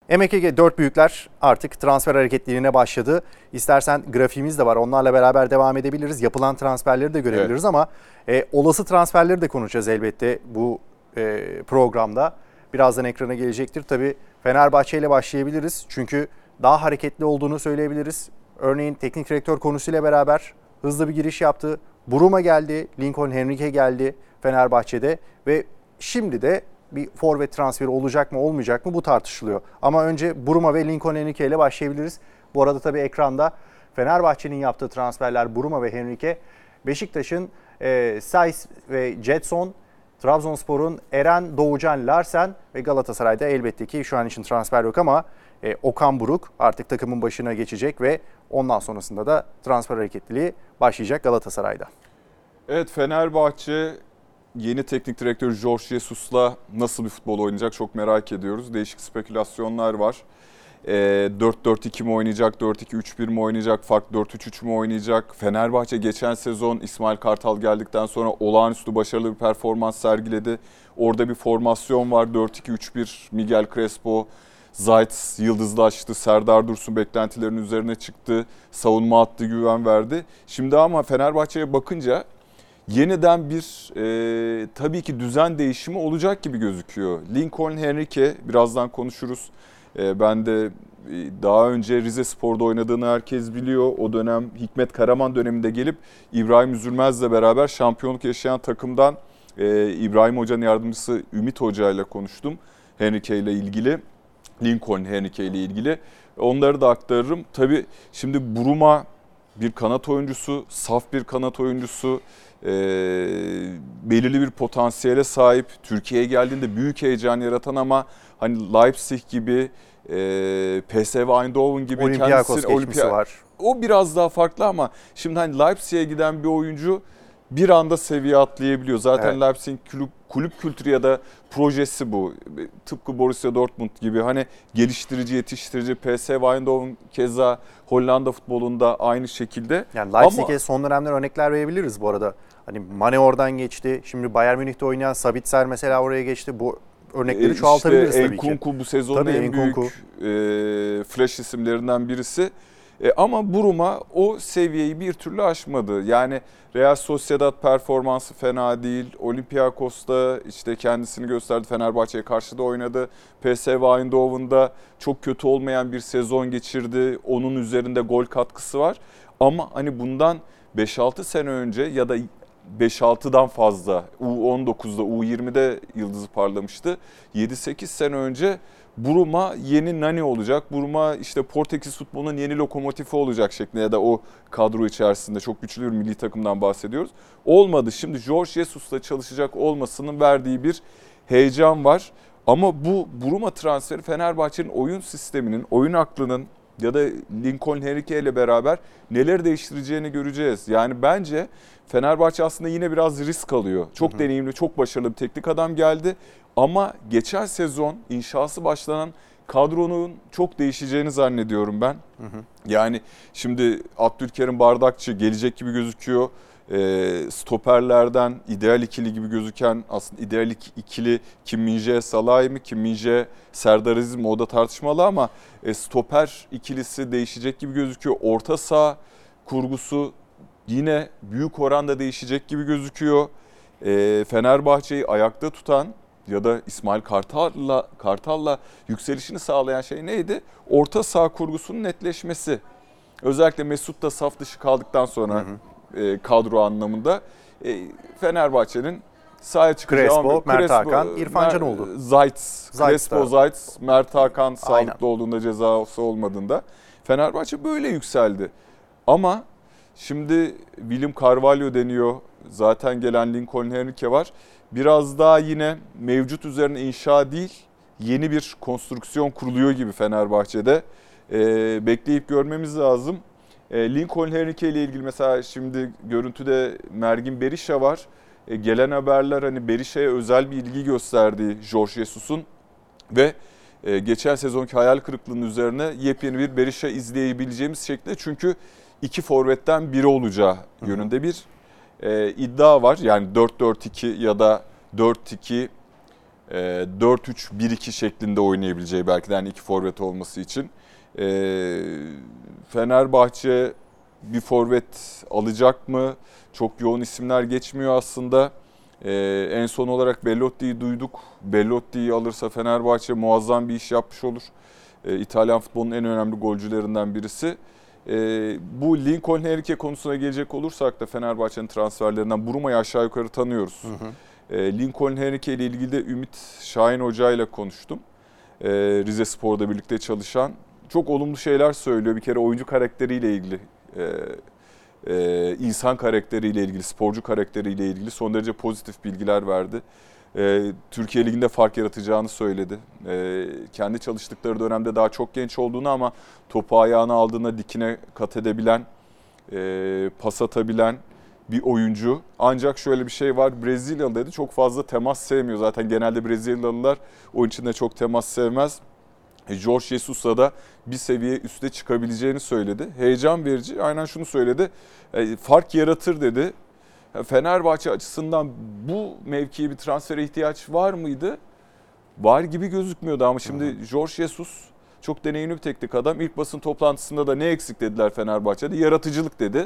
MKG 4 büyükler artık transfer hareketliliğine başladı. İstersen grafiğimiz de var. Onlarla beraber devam edebiliriz. Yapılan transferleri de görebiliriz ama olası transferleri de konuşacağız elbette bu programda. Birazdan ekrana gelecektir. Tabii Fenerbahçe ile başlayabiliriz. Çünkü daha hareketli olduğunu söyleyebiliriz. Örneğin teknik direktör konusuyla beraber hızlı bir giriş yaptı. Buruma geldi, Lincoln Henrique geldi Fenerbahçe'de ve şimdi de bir forvet transferi olacak mı olmayacak mı bu tartışılıyor. Ama önce Buruma ve Lincoln Henrique ile başlayabiliriz. Bu arada tabii ekranda Fenerbahçe'nin yaptığı transferler Buruma ve Henrique, Beşiktaş'ın Saiz ve Jetson, Trabzonspor'un Eren Doğucan Larsen ve Galatasaray'da elbette ki şu an için transfer yok ama Okan Buruk artık takımın başına geçecek ve ondan sonrasında da transfer hareketliliği başlayacak Galatasaray'da. Evet, Fenerbahçe yeni teknik direktör Jorge Jesus'la nasıl bir futbol oynayacak çok merak ediyoruz. Değişik spekülasyonlar var. 4-4-2 mi oynayacak, 4-2-3-1 mi oynayacak, farklı 4-3-3 mü oynayacak? Fenerbahçe geçen sezon İsmail Kartal geldikten sonra olağanüstü başarılı bir performans sergiledi. Orada bir formasyon var, 4-2-3-1, Miguel Crespo, Zayt yıldızlaştı, Serdar Dursun beklentilerin üzerine çıktı, savunma hattı güven verdi. Şimdi ama Fenerbahçe'ye bakınca yeniden bir tabii ki düzen değişimi olacak gibi gözüküyor. Lincoln Henrique birazdan konuşuruz. Ben de daha önce Rizespor'da oynadığını herkes biliyor. O dönem Hikmet Karaman döneminde gelip İbrahim Üzülmez'le beraber şampiyonluk yaşayan takımdan İbrahim Hoca'nın yardımcısı Ümit Hoca ile konuştum. Henrique ile ilgili, Lincoln Henrique ile ilgili. Onları da aktarırım. Tabii şimdi Buruma bir kanat oyuncusu, saf bir kanat oyuncusu. Belirli bir potansiyele sahip, Türkiye'ye geldiğinde büyük heyecan yaratan ama hani Leipzig gibi, PSV Eindhoven gibi Olympiakos geçmişi var. O biraz daha farklı ama şimdi hani Leipzig'e giden bir oyuncu bir anda seviye atlayabiliyor. Zaten evet. Leipzig'in kulüp kültürü ya da projesi bu. Tıpkı Borussia Dortmund gibi hani geliştirici, yetiştirici, PSV Eindhoven keza Hollanda futbolunda aynı şekilde. Yani Leipzig'e son dönemler örnekler verebiliriz bu arada. Hani Mane oradan geçti. Şimdi Bayern Münih'te oynayan Sabitzer mesela oraya geçti. Bu örnekleri çoğaltabiliriz tabii ki. Nkunku bu sezonun en büyük flash isimlerinden birisi. Ama Buruma o seviyeyi bir türlü aşmadı. Yani Real Sociedad performansı fena değil. Olympiakos'ta işte kendisini gösterdi. Fenerbahçe'ye karşı da oynadı. PSV Eindhoven'da çok kötü olmayan bir sezon geçirdi. Onun üzerinde gol katkısı var. Ama hani bundan 5-6 sene önce ya da 5-6'dan fazla U19'da, U20'de yıldızı parlamıştı. 7-8 sene önce Buruma yeni Nani olacak. Buruma işte Portekiz futbolunun yeni lokomotifi olacak şeklinde ya da o kadro içerisinde çok güçlü bir milli takımdan bahsediyoruz. Olmadı. Şimdi Jorge Jesus'la çalışacak olmasının verdiği bir heyecan var. Ama bu Buruma transferi Fenerbahçe'nin oyun sisteminin, oyun aklının ya da Lincoln Henrique ile beraber neler değiştireceğini göreceğiz. Yani bence Fenerbahçe aslında yine biraz risk alıyor. Çok deneyimli, çok başarılı bir teknik adam geldi. Ama geçen sezon inşası başlanan kadronun çok değişeceğini zannediyorum ben. Yani şimdi Abdülkerim Bardakçı gelecek gibi gözüküyor. Stoperlerden ideal ikili gibi gözüken aslında ideal ikili Kim Min-jae Salah'ı mı, Kim Min-jae Serdar Aziz mi o da tartışmalı ama stoper ikilisi değişecek gibi gözüküyor. Orta saha kurgusu yine büyük oranda değişecek gibi gözüküyor. Fenerbahçe'yi ayakta tutan ya da İsmail Kartal'la yükselişini sağlayan şey neydi? Orta saha kurgusunun netleşmesi. Özellikle Mesut da saf dışı kaldıktan sonra kadro anlamında Fenerbahçe'nin sahaya çıkacağı... Crespo, Mert Hakan, İrfan Canoğlu. Crespo, Zayt, Mert Hakan sağlıklı olduğunda, cezası olmadığında Fenerbahçe böyle yükseldi. Ama şimdi William Carvalho deniyor. Zaten gelen Lincoln Henrique var. Biraz daha yine mevcut üzerine inşa değil, yeni bir konstrüksiyon kuruluyor gibi Fenerbahçe'de. Bekleyip görmemiz lazım. Lincoln Henrique ile ilgili mesela şimdi görüntüde Mergin Berisha var. Gelen haberler hani Berisha'ya özel bir ilgi gösterdiği Jorge Jesus'un ve geçen sezonki hayal kırıklığının üzerine yepyeni bir Berisha izleyebileceğimiz şekilde. Çünkü iki forvetten biri olacağı yönünde bir iddia var. Yani 4-4-2 ya da 4-2 4-3-1-2 şeklinde oynayabileceği belki de yani iki forvet olması için. Fenerbahçe bir forvet alacak mı? Çok yoğun isimler geçmiyor aslında. En son olarak Bellotti'yi duyduk. Bellotti'yi alırsa Fenerbahçe muazzam bir iş yapmış olur. İtalyan futbolunun en önemli golcülerinden birisi. Bu Lincoln Henrique konusuna gelecek olursak da Fenerbahçe'nin transferlerinden Buruma'yı aşağı yukarı tanıyoruz. Lincoln Henrique ile ilgili de Ümit Şahin Hoca ile konuştum. Rize Spor'da birlikte çalışan. Çok olumlu şeyler söylüyor. Bir kere oyuncu karakteriyle ilgili, insan karakteriyle ilgili, sporcu karakteriyle ilgili son derece pozitif bilgiler verdi. Türkiye Ligi'nde fark yaratacağını söyledi. Kendi çalıştıkları dönemde daha çok genç olduğunu ama topu ayağına aldığında dikine kat edebilen, pas atabilen bir oyuncu. Ancak şöyle bir şey var, Brezilyalı dedi, çok fazla temas sevmiyor. Zaten genelde Brezilyalılar oyun içinde çok temas sevmez. Jorge Jesus'la da bir seviye üste çıkabileceğini söyledi. Heyecan verici, aynen şunu söyledi, fark yaratır dedi. Fenerbahçe açısından bu mevkiye bir transfere ihtiyaç var mıydı? Var gibi gözükmüyordu ama şimdi Jorge Jesus çok deneyimli bir teknik adam. İlk basın toplantısında da ne eksik dediler Fenerbahçe'de? Yaratıcılık dedi.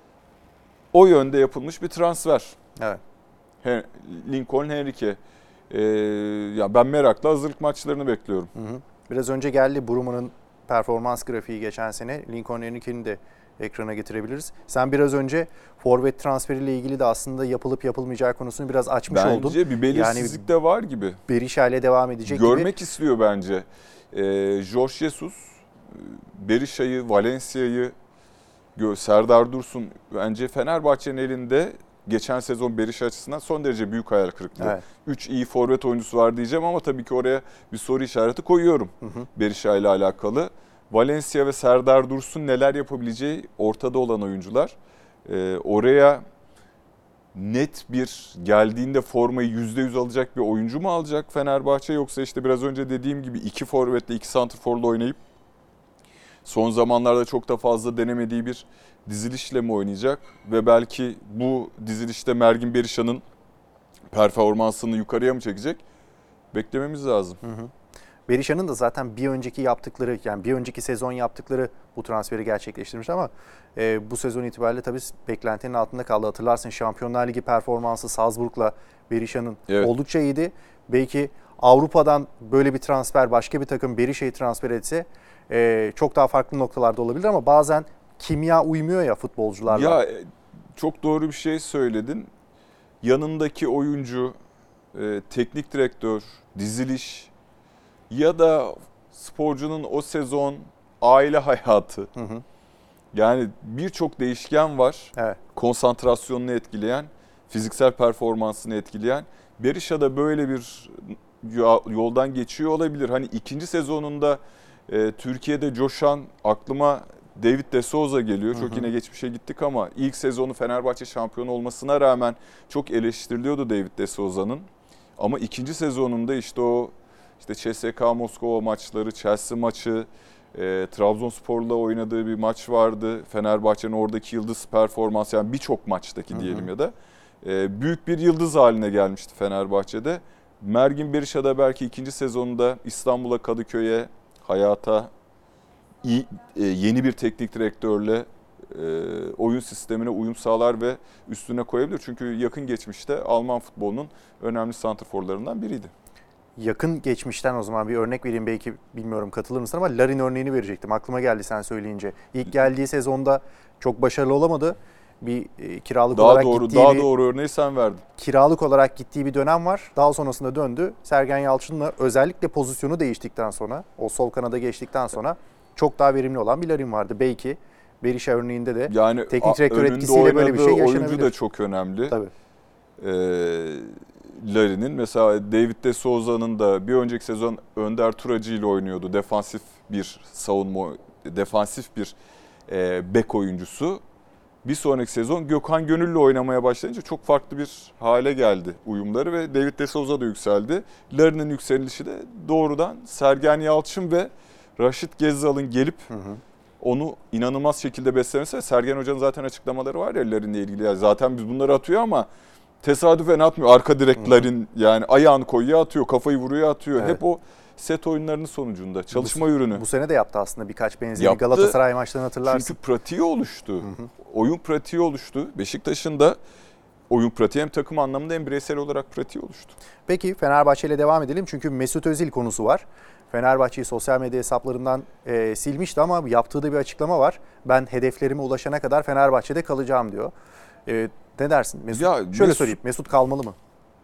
O yönde yapılmış bir transfer. Evet. Lincoln Henrique. Ya ben merakla hazırlık maçlarını bekliyorum. Biraz önce geldi Buruma'nın performans grafiği geçen sene. Lincoln Henrique'ni de ekrana getirebiliriz. Sen biraz önce forvet transferiyle ilgili de aslında yapılıp yapılmayacağı konusunu biraz açmış oldun. Bence bir belirsizlik de var gibi. Berisha ile devam edecek Görmek gibi. istiyor bence. Jorge Jesus, Berisha'yı, Valencia'yı, Serdar Dursun bence Fenerbahçe'nin elinde geçen sezon Berisha açısından son derece büyük hayal kırıklığı. 3 iyi forvet oyuncusu var diyeceğim ama tabii ki oraya bir soru işareti koyuyorum Berisha ile alakalı. Valencia ve Serdar Dursun neler yapabileceği ortada olan oyuncular. Oraya net bir geldiğinde formayı %100 alacak bir oyuncu mu alacak Fenerbahçe, yoksa işte biraz önce dediğim gibi 2 forvetle 2 santrforla oynayıp son zamanlarda çok da fazla denemediği bir dizilişle mi oynayacak ve belki bu dizilişte Mergin Berisha'nın performansını yukarıya mı çekecek? Beklememiz lazım. Berisha'nın da zaten bir önceki yaptıkları, yani bir önceki sezon yaptıkları bu transferi gerçekleştirmiş ama bu sezon itibariyle tabii beklentinin altında kaldı. Hatırlarsın Şampiyonlar Ligi performansı Salzburg'la Berisha'nın oldukça iyiydi. Belki Avrupa'dan böyle bir transfer, başka bir takım Berisha'yı transfer etse çok daha farklı noktalarda olabilir ama bazen kimya uymuyor ya futbolcularla. Ya çok doğru bir şey söyledin. Yanındaki oyuncu, teknik direktör, diziliş ya da sporcunun o sezon aile hayatı. Yani birçok değişken var. Evet. Konsantrasyonunu etkileyen, fiziksel performansını etkileyen. Berisha da böyle bir yoldan geçiyor olabilir. Hani ikinci sezonunda Türkiye'de coşan aklıma David de Souza geliyor. Çok yine geçmişe gittik ama ilk sezonu Fenerbahçe şampiyon olmasına rağmen çok eleştiriliyordu David de Souza'nın. Ama ikinci sezonunda işte o CSKA Moskova maçları, Chelsea maçı, Trabzonspor'la oynadığı bir maç vardı. Fenerbahçe'nin oradaki yıldız performansı, yani birçok maçtaki diyelim ya da büyük bir yıldız haline gelmişti Fenerbahçe'de. Mergin Berisha da belki ikinci sezonunda İstanbul'a, Kadıköy'e, hayata yeni bir teknik direktörle oyun sistemine uyum sağlar ve üstüne koyabilir. Çünkü yakın geçmişte Alman futbolunun önemli santrforlarından biriydi. Yakın geçmişten o zaman bir örnek vereyim, belki bilmiyorum katılır mısın ama Larin örneğini verecektim. Aklıma geldi sen söyleyince. İlk geldiği sezonda çok başarılı olamadı. Bir kiralık olarak gittiği daha doğru örneği sen verdin. Kiralık olarak gittiği bir dönem var. Daha sonrasında döndü. Sergen Yalçın'la özellikle pozisyonu değiştikten sonra, o sol kanada geçtikten sonra çok daha verimli olan bir Larin vardı. Belki Berisha örneğinde de yani teknik direktör etkisiyle böyle bir şey yaşanabilir. Oyuncu da çok önemli. Tabii. Larin'in mesela David de Souza'nın da bir önceki sezon Önder Turacı ile oynuyordu. Defansif bir savunma, defansif bir bek oyuncusu. Bir sonraki sezon Gökhan Gönül'le oynamaya başlayınca çok farklı bir hale geldi uyumları ve David de Souza da yükseldi. Larin'in yükselişi de doğrudan Sergen Yalçın ve Raşit Gezzal'ın gelip onu inanılmaz şekilde beslemesi ve Sergen Hoca'nın zaten açıklamaları var ya Larin'le ilgili. Yani zaten biz bunları atıyor ama tesadüfen atmıyor. Arka direklerin yani ayağını koyuyor atıyor, kafayı vuruyor atıyor. Evet. Hep o set oyunlarının sonucunda çalışma ürünü. Bu sene de yaptı aslında birkaç benzeri Yaptı. Galatasaray maçlarını hatırlarsın. Çünkü pratiği oluştu. Oyun pratiği oluştu. Beşiktaş'ın da oyun pratiği hem takım anlamında hem bireysel olarak pratiği oluştu. Peki Fenerbahçe ile devam edelim çünkü Mesut Özil konusu var. Fenerbahçe'yi sosyal medya hesaplarından silmişti ama yaptığı da bir açıklama var. Ben hedeflerime ulaşana kadar Fenerbahçe'de kalacağım diyor. Ne dersin Mesut? Şöyle söyleyeyim, Mesut kalmalı mı?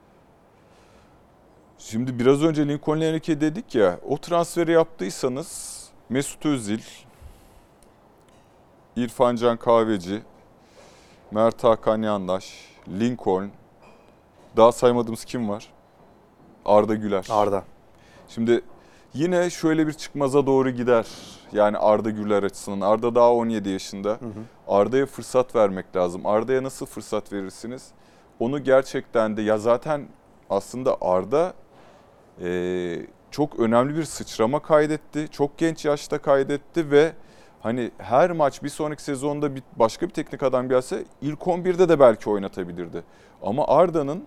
Şimdi biraz önce Lincoln Henrique dedik ya, o transferi yaptıysanız Mesut Özil, İrfan Can Kahveci, Mert Hakan Yandaş, Lincoln, daha saymadığımız kim var? Arda Güler. Arda. Şimdi yine şöyle bir çıkmaza doğru gider. Yani Arda Güler açısından. Arda daha 17 yaşında. Arda'ya fırsat vermek lazım. Arda'ya nasıl fırsat verirsiniz? Onu gerçekten de ya zaten aslında Arda çok önemli bir sıçrama kaydetti. Çok genç yaşta kaydetti ve hani her maç bir sonraki sezonda başka bir teknik adam gelse ilk 11'de de belki oynatabilirdi. Ama Arda'nın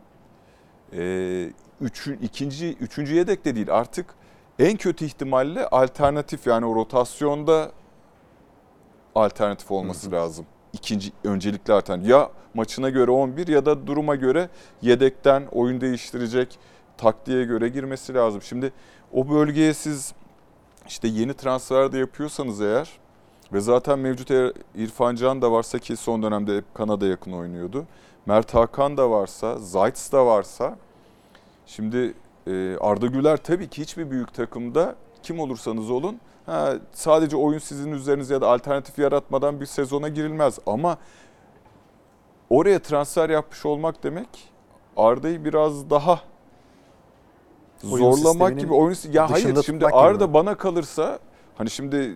üçüncü yedek de değil artık en kötü ihtimalle alternatif yani o rotasyonda alternatif olması lazım. İkinci öncelikli alternatif. Ya maçına göre 11 ya da duruma göre yedekten oyun değiştirecek taktiğe göre girmesi lazım. Şimdi o bölgeye siz işte yeni transfer de yapıyorsanız eğer ve zaten mevcut İrfan Can da varsa ki son dönemde hep Kanada yakın oynuyordu. Mert Hakan da varsa, Zayt da varsa şimdi Arda Güler tabii ki hiçbir büyük takımda kim olursanız olun sadece oyun sizin üzerinize ya da alternatif yaratmadan bir sezona girilmez. Ama oraya transfer yapmış olmak demek Arda'yı biraz daha zorlamak gibi. Ya hayır şimdi Arda gibi. Bana kalırsa hani şimdi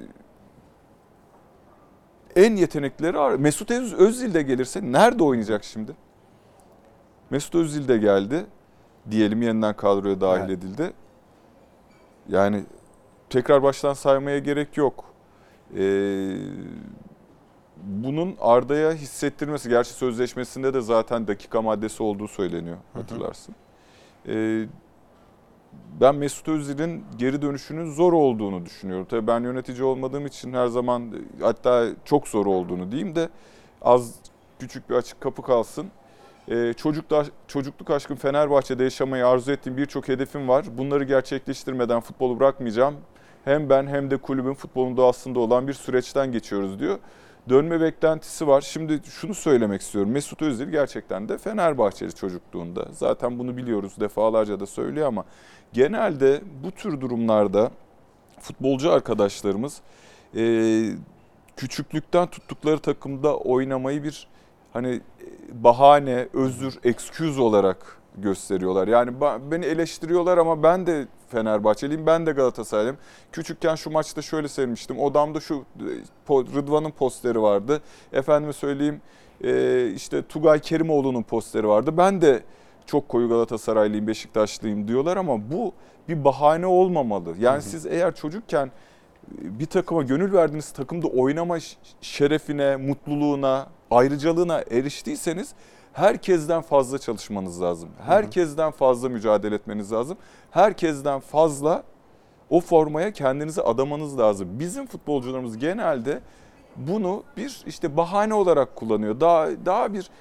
en yetenekleri Arda. Mesut Özil de gelirse nerede oynayacak şimdi? Mesut Özil de geldi. Diyelim yeniden kadroya dahil edildi. Yani tekrar baştan saymaya gerek yok. Bunun Arda'ya hissettirmesi, gerçi sözleşmesinde de zaten dakika maddesi olduğu söyleniyor hatırlarsın. Ben Mesut Özil'in geri dönüşünün zor olduğunu düşünüyorum. Tabii ben yönetici olmadığım için her zaman hatta çok zor olduğunu diyeyim de az küçük bir açık kapı kalsın. Çocukluk aşkım Fenerbahçe'de yaşamayı arzu ettiğim birçok hedefim var. Bunları gerçekleştirmeden futbolu bırakmayacağım. Hem ben hem de kulübün futbolun doğasında olan bir süreçten geçiyoruz diyor. Dönme beklentisi var. Şimdi şunu söylemek istiyorum. Mesut Özil gerçekten de Fenerbahçeli çocukluğunda. Zaten bunu biliyoruz, defalarca da söylüyor ama genelde bu tür durumlarda futbolcu arkadaşlarımız küçüklükten tuttukları takımda oynamayı bir hani bahane, özür, excuse olarak gösteriyorlar. Yani beni eleştiriyorlar ama ben de Fenerbahçeliyim, ben de Galatasaraylıyım. Küçükken şu maçta şöyle sevmiştim. Odamda şu Rıdvan'ın posteri vardı. Efendime söyleyeyim işte Tugay Kerimoğlu'nun posteri vardı. Ben de çok koyu Galatasaraylıyım, Beşiktaşlıyım diyorlar ama bu bir bahane olmamalı. Yani siz eğer çocukken bir takıma gönül verdiğiniz takımda oynama şerefine, mutluluğuna, ayrıcalığına eriştiyseniz herkesten fazla çalışmanız lazım. Herkesten fazla mücadele etmeniz lazım. Herkesten fazla o formaya kendinizi adamanız lazım. Bizim futbolcularımız genelde bunu bir işte bahane olarak kullanıyor. Daha bir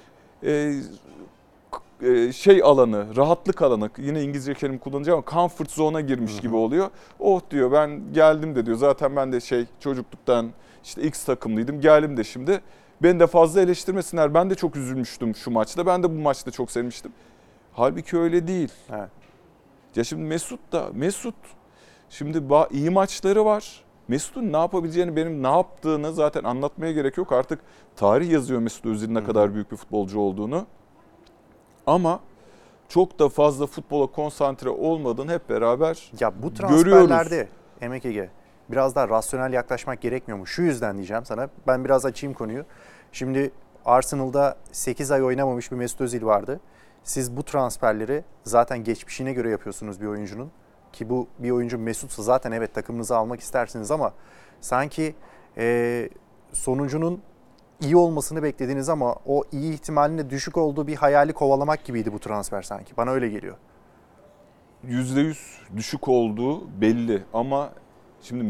şey alanı, rahatlık alanı, yine İngilizce kelime kullanacağım ama comfort zone'a girmiş gibi oluyor. Oh diyor ben geldim de diyor. Zaten ben de çocukluktan işte X takımlıydım. Geldim de şimdi. Beni de fazla eleştirmesinler. Ben de çok üzülmüştüm şu maçta. Ben de bu maçta çok sevmiştim. Halbuki öyle değil. Evet. Ya şimdi Mesut şimdi iyi maçları var. Mesut'un ne yapabileceğini, benim ne yaptığını zaten anlatmaya gerek yok. Artık tarih yazıyor Mesut Özil'in ne kadar büyük bir futbolcu olduğunu. Ama çok da fazla futbola konsantre olmadığını hep beraber ya bu transferlerde Emek Ege biraz daha rasyonel yaklaşmak gerekmiyor mu? Şu yüzden diyeceğim sana. Ben biraz açayım konuyu. Şimdi Arsenal'da 8 ay oynamamış bir Mesut Özil vardı. Siz bu transferleri zaten geçmişine göre yapıyorsunuz bir oyuncunun. Ki bu bir oyuncu Mesut'sa zaten evet takımınıza almak istersiniz ama sanki sonucunun iyi olmasını beklediniz ama o iyi ihtimalinin düşük olduğu bir hayali kovalamak gibiydi bu transfer sanki. Bana öyle geliyor. %100 düşük olduğu belli ama şimdi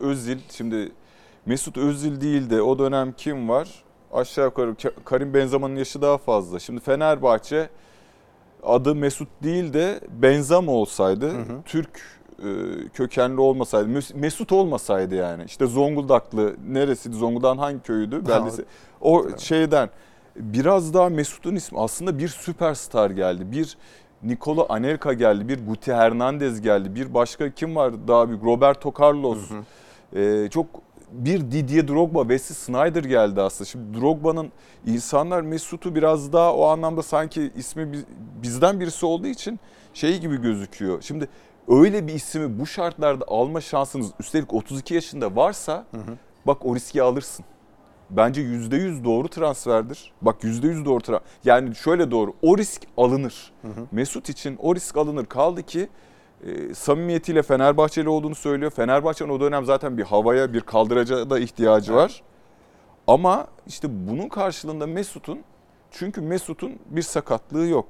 Mesut Özil değil de o dönem kim var? Aşağı yukarı Karim Benzema'nın yaşı daha fazla. Şimdi Fenerbahçe adı Mesut değil de Benzema olsaydı, Türk kökenli olmasaydı, Mesut olmasaydı yani. İşte Zonguldaklı, neresiydi? Zonguldak'ın hangi köyüydü? Beldesi. O şeyden biraz daha Mesut'un ismi aslında bir süperstar geldi. Bir Nikola Anelka geldi, bir Guti Hernandez geldi, bir başka kim var daha büyük? Roberto Carlos. Çok bir Didier Drogba, Wesley Sneijder geldi aslında. Şimdi Drogba'nın insanlar Mesut'u biraz daha o anlamda sanki ismi bizden birisi olduğu için şey gibi gözüküyor. Şimdi öyle bir ismi bu şartlarda alma şansınız üstelik 32 yaşında varsa bak o riski alırsın. Bence %100 doğru transferdir. Bak %100 doğru transfer. Yani şöyle doğru. O risk alınır. Mesut için o risk alınır. Kaldı ki samimiyetiyle Fenerbahçeli olduğunu söylüyor. Fenerbahçe'nin o dönem zaten bir havaya, bir kaldıraca da ihtiyacı var. Ama işte bunun karşılığında çünkü Mesut'un bir sakatlığı yok.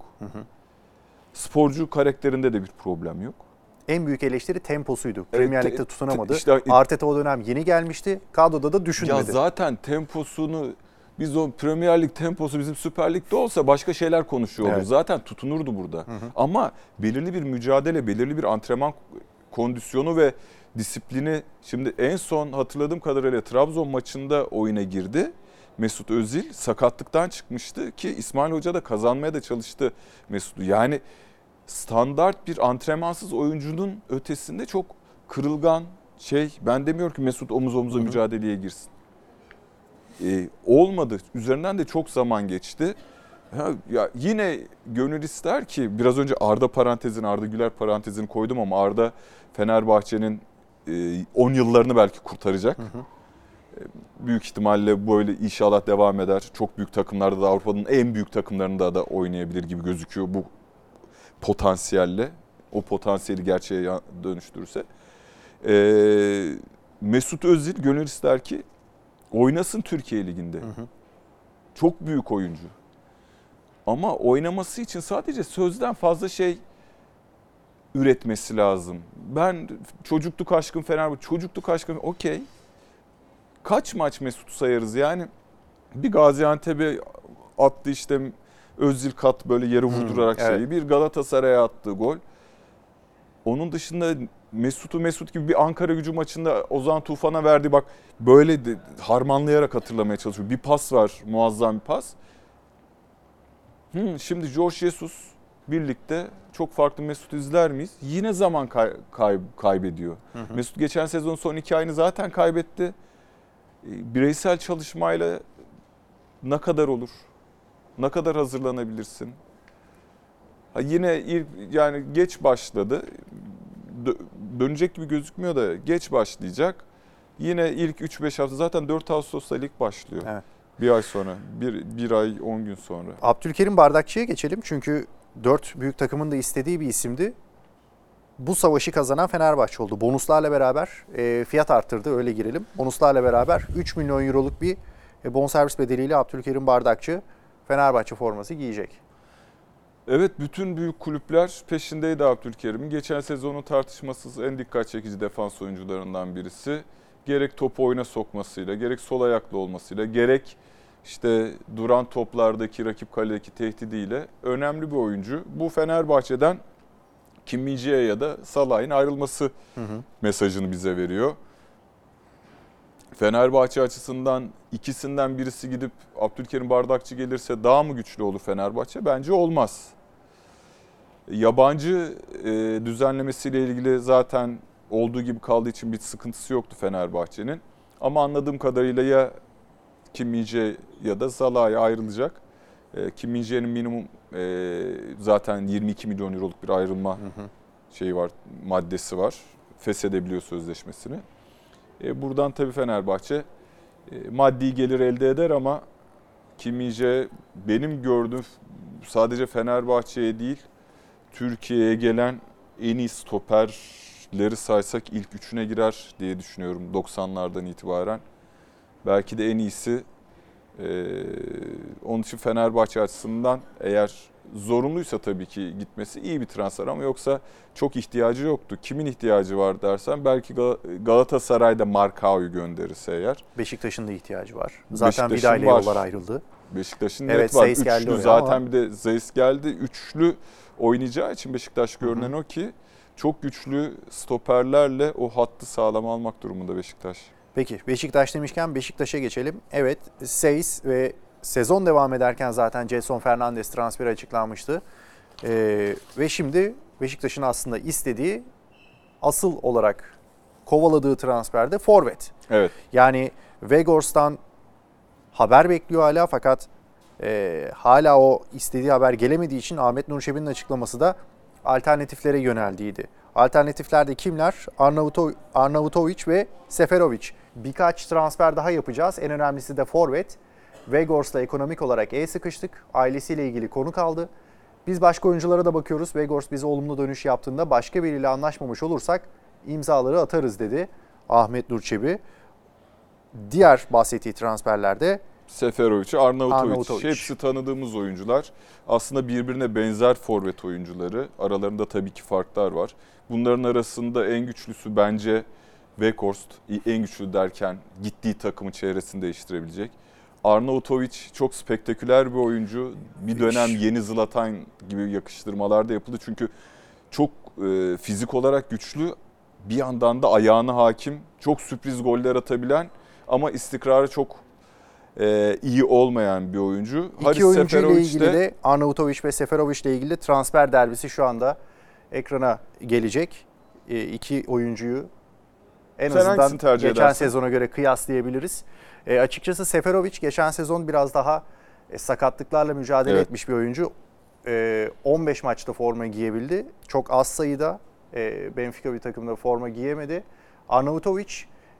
Sporcu karakterinde de bir problem yok. En büyük eleştiri temposuydu. Premier Lig'de tutunamadı. İşte, Arteta o dönem yeni gelmişti. Kadroda da düşünmedi. Ya zaten temposunu biz o Premier Lig temposu bizim Süper Lig'de olsa başka şeyler konuşuyor oluruz. Evet. Zaten tutunurdu burada. Ama belirli bir mücadele, belirli bir antrenman kondisyonu ve disiplini. Şimdi en son hatırladığım kadarıyla Trabzon maçında oyuna girdi. Mesut Özil sakatlıktan çıkmıştı ki İsmail Hoca da kazanmaya da çalıştı Mesut'u. Yani standart bir antrenmansız oyuncunun ötesinde çok kırılgan ben demiyorum ki Mesut omuz omuza mücadeleye girsin. Olmadı. Üzerinden de çok zaman geçti. Ya yine gönül ister ki biraz önce Arda Güler parantezini koydum ama Arda Fenerbahçe'nin 10 yıllarını belki kurtaracak. Büyük ihtimalle böyle inşallah devam eder. Çok büyük takımlarda da Avrupa'nın en büyük takımlarında da oynayabilir gibi gözüküyor bu potansiyelle. O potansiyeli gerçeğe dönüştürürse. Mesut Özil gönül ister ki oynasın Türkiye Ligi'nde. Çok büyük oyuncu. Ama oynaması için sadece sözden fazla şey üretmesi lazım. Ben çocukluk aşkım okey. Kaç maç Mesut'u sayarız yani? Bir Gaziantep'e attı işte Özil kat böyle yere vurdurarak şeyi. Bir Galatasaray'a attığı gol. Onun dışında Mesut gibi bir Ankara Gücü maçında Ozan Tufan'a verdi bak böyle de harmanlayarak hatırlamaya çalışıyor. Bir pas var, muazzam bir pas. Şimdi Jorge Jesus birlikte çok farklı Mesut izler miyiz? Yine zaman kaybediyor. Mesut geçen sezon son 2 ayını zaten kaybetti. Bireysel çalışmayla ne kadar olur? Ne kadar hazırlanabilirsin? Yine yani geç başladı. Dönecek gibi gözükmüyor da geç başlayacak. Yine ilk 3-5 hafta zaten 4 Ağustos'ta lig başlıyor. Evet. Bir ay sonra, bir ay 10 gün sonra. Abdülkerim Bardakçı'ya geçelim. Çünkü 4 büyük takımın da istediği bir isimdi. Bu savaşı kazanan Fenerbahçe oldu. Bonuslarla beraber fiyat arttırdı, öyle girelim. Bonuslarla beraber 3 milyon euroluk bir bonservis bedeliyle Abdülkerim Bardakçı Fenerbahçe forması giyecek. Evet, bütün büyük kulüpler peşindeydi Abdülkerim'in. Geçen sezonun tartışmasız en dikkat çekici defans oyuncularından birisi. Gerek topu oyuna sokmasıyla, gerek sol ayaklı olmasıyla, gerek işte duran toplardaki rakip kaledeki tehdidiyle önemli bir oyuncu. Bu Fenerbahçe'den Kim Min-jae ya da Salah'ın ayrılması mesajını bize veriyor. Fenerbahçe açısından ikisinden birisi gidip Abdülkerim Bardakçı gelirse daha mı güçlü olur Fenerbahçe? Bence olmaz. Yabancı düzenlemesiyle ilgili zaten olduğu gibi kaldığı için bir sıkıntısı yoktu Fenerbahçe'nin. Ama anladığım kadarıyla ya Kim Min-jae ya da Salah'a ayrılacak. Kim Min-jae'nin minimum zaten 22 milyon euroluk bir ayrılma şeyi var, maddesi var. Feshedebiliyor sözleşmesini. Buradan tabii Fenerbahçe maddi gelir elde eder ama Kim Min-jae benim gördüğüm sadece Fenerbahçe'ye değil Türkiye'ye gelen en iyi stoperleri saysak ilk 3'üne girer diye düşünüyorum 90'lardan itibaren. Belki de en iyisi Onun için Fenerbahçe açısından eğer zorunluysa tabii ki gitmesi iyi bir transfer ama yoksa çok ihtiyacı yoktu. Kimin ihtiyacı var dersen belki Galatasaray'da Marcao'yu gönderirse eğer. Beşiktaş'ın da ihtiyacı var. Zaten Beşiktaş'ın Vida ile var. yollar ayrıldı. Beşiktaş'ın Evet, net var. Zeiss geldi Üçlü oraya zaten ama. bir de Zeiss geldi. Üçlü oynayacağı için Beşiktaş görünen o ki çok güçlü stoperlerle o hattı sağlam almak durumunda Beşiktaş. Peki Beşiktaş demişken Beşiktaş'a geçelim. Evet, Zeiss ve sezon devam ederken zaten Gelson Fernandes transferi açıklanmıştı. Ve şimdi Beşiktaş'ın aslında istediği, asıl olarak kovaladığı transferde forvet. Evet. Yani Weghorst'tan haber bekliyor hala, fakat hala o istediği haber gelemediği için Ahmet Nur Çebi'nin açıklaması da alternatiflere yöneldiğiydi. Alternatifler de kimler? Arnautovic ve Seferovic. Birkaç transfer daha yapacağız. En önemlisi de forvet. Weghorst'la ekonomik olarak sıkıştık. Ailesiyle ilgili konu kaldı. Biz başka oyunculara da bakıyoruz. Weghorst bize olumlu dönüş yaptığında başka biriyle anlaşmamış olursak imzaları atarız dedi Ahmet Nur Çebi. Diğer bahsettiği transferlerde Seferovic, Arnautovic. Arnautovic. Hepsi tanıdığımız oyuncular. Aslında birbirine benzer forvet oyuncuları. Aralarında tabii ki farklar var. Bunların arasında en güçlüsü bence Weghorst. En güçlü derken gittiği takımı, çevresini değiştirebilecek. Arnautovic çok spektaküler bir oyuncu. Bir dönem yeni Zlatan gibi yakıştırmalar da yapıldı. Çünkü çok fizik olarak güçlü. Bir yandan da ayağına hakim. Çok sürpriz goller atabilen ama istikrarı çok iyi olmayan bir oyuncu. İki oyuncu ile ilgili de Arnautovic ve Seferovic ile ilgili transfer derbisi şu anda ekrana gelecek. İki oyuncuyu en azından geçen sezona göre kıyaslayabiliriz. Açıkçası Seferovic geçen sezon biraz daha sakatlıklarla mücadele etmiş bir oyuncu. 15 maçta forma giyebildi. Çok az sayıda Benfica bir takımda forma giyemedi. Arnautovic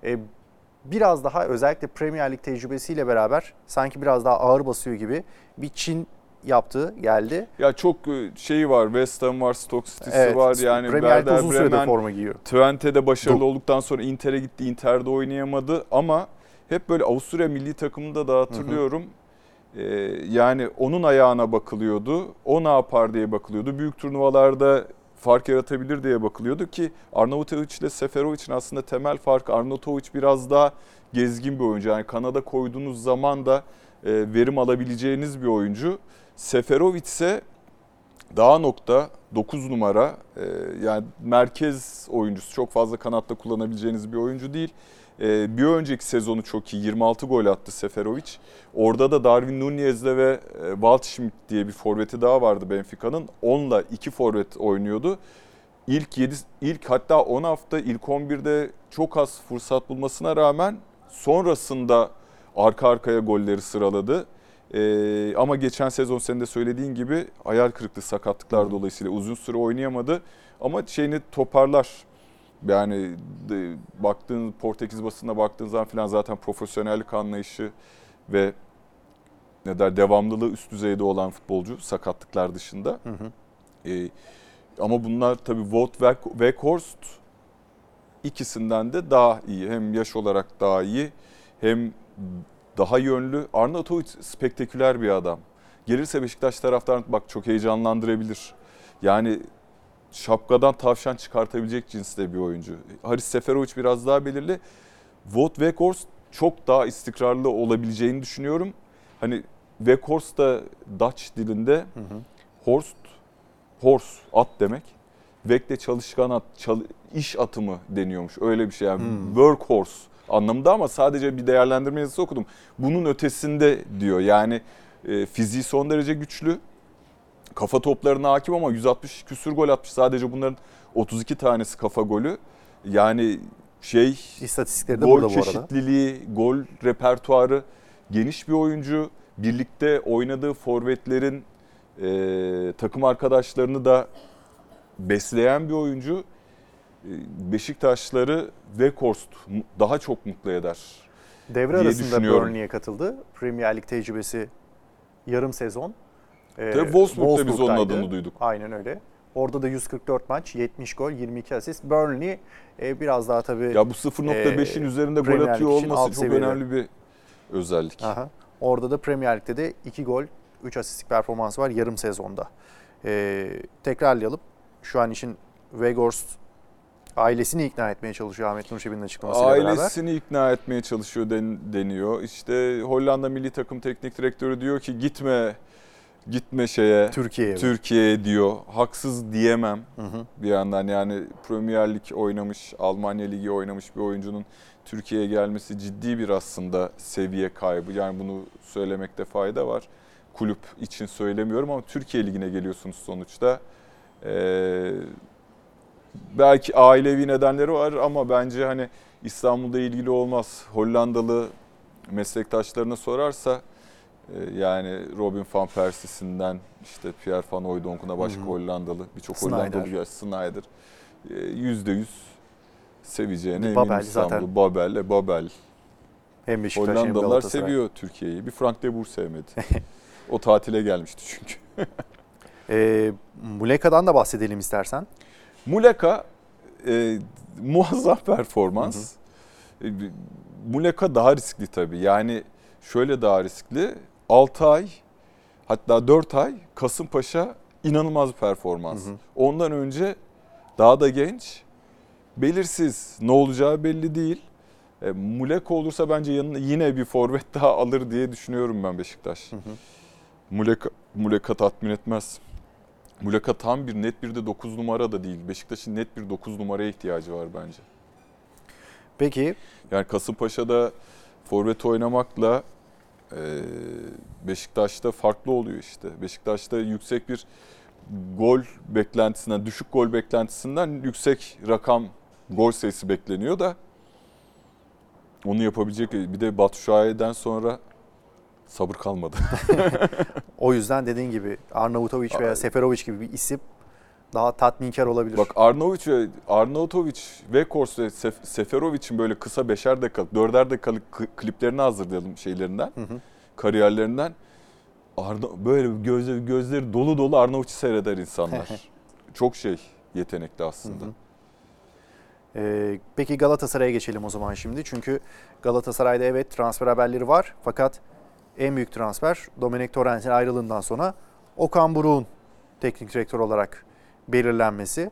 biraz daha, özellikle Premier Lig tecrübesiyle beraber sanki biraz daha ağır basıyor gibi bir Çin yaptı, geldi. Ya çok şeyi var, West Ham var, Stoke City'si var. Yani Premier Lig'de uzun süredir forma giyiyor. Twente'de başarılı olduktan sonra Inter'e gitti, Inter'de oynayamadı ama hep böyle Avusturya milli takımında da hatırlıyorum. Yani onun ayağına bakılıyordu, o ne yapar diye bakılıyordu. Büyük turnuvalarda fark yaratabilir diye bakılıyordu ki Arnautovic ile Seferovic'in aslında temel farkı, Arnautovic biraz daha gezgin bir oyuncu. Yani kanada koyduğunuz zaman da verim alabileceğiniz bir oyuncu. Seferovic ise daha nokta, 9 numara, yani merkez oyuncusu, çok fazla kanatta kullanabileceğiniz bir oyuncu değil. Bir önceki sezonu çok iyi, 26 gol attı Seferovic. Orada da Darwin Nunez'le ve Waldschmidt diye bir forveti daha vardı Benfica'nın. Onunla 2 forvet oynuyordu. İlk hatta 10 hafta ilk 11'de çok az fırsat bulmasına rağmen sonrasında arka arkaya golleri sıraladı. Ama geçen sezon senin de söylediğin gibi hayal kırıklığı, sakatlıklar dolayısıyla uzun süre oynayamadı. Ama şeyini toparlar. Yani baktığın Portekiz basınına baktığın zaman falan zaten profesyonellik anlayışı ve devamlılığı üst düzeyde olan futbolcu sakatlıklar dışında. Ama bunlar tabii Wout ve Weghorst ikisinden de daha iyi. Hem yaş olarak daha iyi hem daha yönlü. Arnautovic spektaküler bir adam. Gelirse Beşiktaş taraftarını bak çok heyecanlandırabilir. Yani şapkadan tavşan çıkartabilecek cinste bir oyuncu. Haris Seferovic biraz daha belirli. Wout Weghorst çok daha istikrarlı olabileceğini düşünüyorum. Hani Weghorst da Dutch dilinde horse, at demek. Weg de çalışkan at, iş atı mı deniyormuş. Öyle bir şey yani. Workhorse anlamında ama sadece bir değerlendirme yazısı okudum. Bunun ötesinde diyor. Yani fiziği son derece güçlü. Kafa toplarına hakim ama 160 küsür gol atmış. Sadece bunların 32 tanesi kafa golü. Yani İstatistikleri de gol burada bu arada. çeşitliliği, gol repertuarı geniş bir oyuncu. Birlikte oynadığı forvetlerin takım arkadaşlarını da besleyen bir oyuncu. Beşiktaşları Weghorst daha çok mutlu eder. Devre arasında Burnley'e katıldı. Premier Lig tecrübesi yarım sezon. Tabii Wolfsburg'da biz onun adını duyduk. Aynen öyle. Orada da 144 maç, 70 gol, 22 asist. Burnley biraz daha tabii... Ya bu 0.5'in üzerinde gol atıyor olması çok önemli bir özellik. Orada da Premier Lig'de de 2 gol, 3 asistlik performansı var yarım sezonda. Tekrarlayalım. Şu an için Weghorst ailesini ikna etmeye çalışıyor Ahmet Nur Çebi'nin açıklamasıyla beraber. Ailesini ikna etmeye çalışıyor deniyor. İşte Hollanda milli takım teknik direktörü diyor ki gitme Türkiye'ye diyor. Haksız diyemem. Bir yandan yani Premier Lig oynamış, Almanya Ligi oynamış bir oyuncunun Türkiye'ye gelmesi ciddi bir aslında seviye kaybı. Yani bunu söylemekte fayda var. Kulüp için söylemiyorum ama Türkiye Ligi'ne geliyorsunuz sonuçta. Belki ailevi nedenleri var ama bence hani İstanbul'da ilgili olmaz. Hollandalı meslektaşlarına sorarsa yani Robin van Persie'sinden işte Pierre van Hooydonk'una başka Hollandalı, birçok Hollandalı Sneijder %100 seveceğine eminim İstanbul'u. Babel. Hem Beşiktaş hem Galatasaray. Hollandalılar seviyor Türkiye'yi. Bir Frank de Boer sevmedi. O tatile gelmişti çünkü. Muleka'dan da bahsedelim istersen. Muleka muazzam performans. Muleka daha riskli tabii. Yani şöyle daha riskli. 6 ay hatta 4 ay Kasımpaşa inanılmaz bir performans. Ondan önce daha da genç. Belirsiz. Ne olacağı belli değil. Muleka olursa bence yanına yine bir forvet daha alır diye düşünüyorum ben Beşiktaş. Muleka tatmin etmez. Muleka tam bir net bir de 9 numara da değil. Beşiktaş'ın net bir 9 numaraya ihtiyacı var bence. Peki. Yani Kasımpaşa'da forvet oynamakla Beşiktaş'ta farklı oluyor işte. Beşiktaş'ta yüksek bir gol beklentisinden, düşük gol beklentisinden yüksek rakam gol sayısı bekleniyor da onu yapabilecek bir de Batu Şahin'den sonra sabır kalmadı. O yüzden dediğin gibi Arnautovic veya Seferovic gibi bir isim daha tatminkar olabilir. Bak Arnautovic, Weghorst ve Seferovic'in böyle kısa 5'er dakikalık, 4'er dakikalık kliplerini hazırlayalım şeylerinden, kariyerlerinden. Böyle gözleri dolu dolu Arnautovic'i seyreder insanlar. Çok yetenekli aslında. Peki Galatasaray'a geçelim o zaman şimdi. Çünkü Galatasaray'da evet transfer haberleri var. Fakat en büyük transfer Domenech Torrent'in ayrılığından sonra Okan Buruk'un teknik direktör olarak belirlenmesi.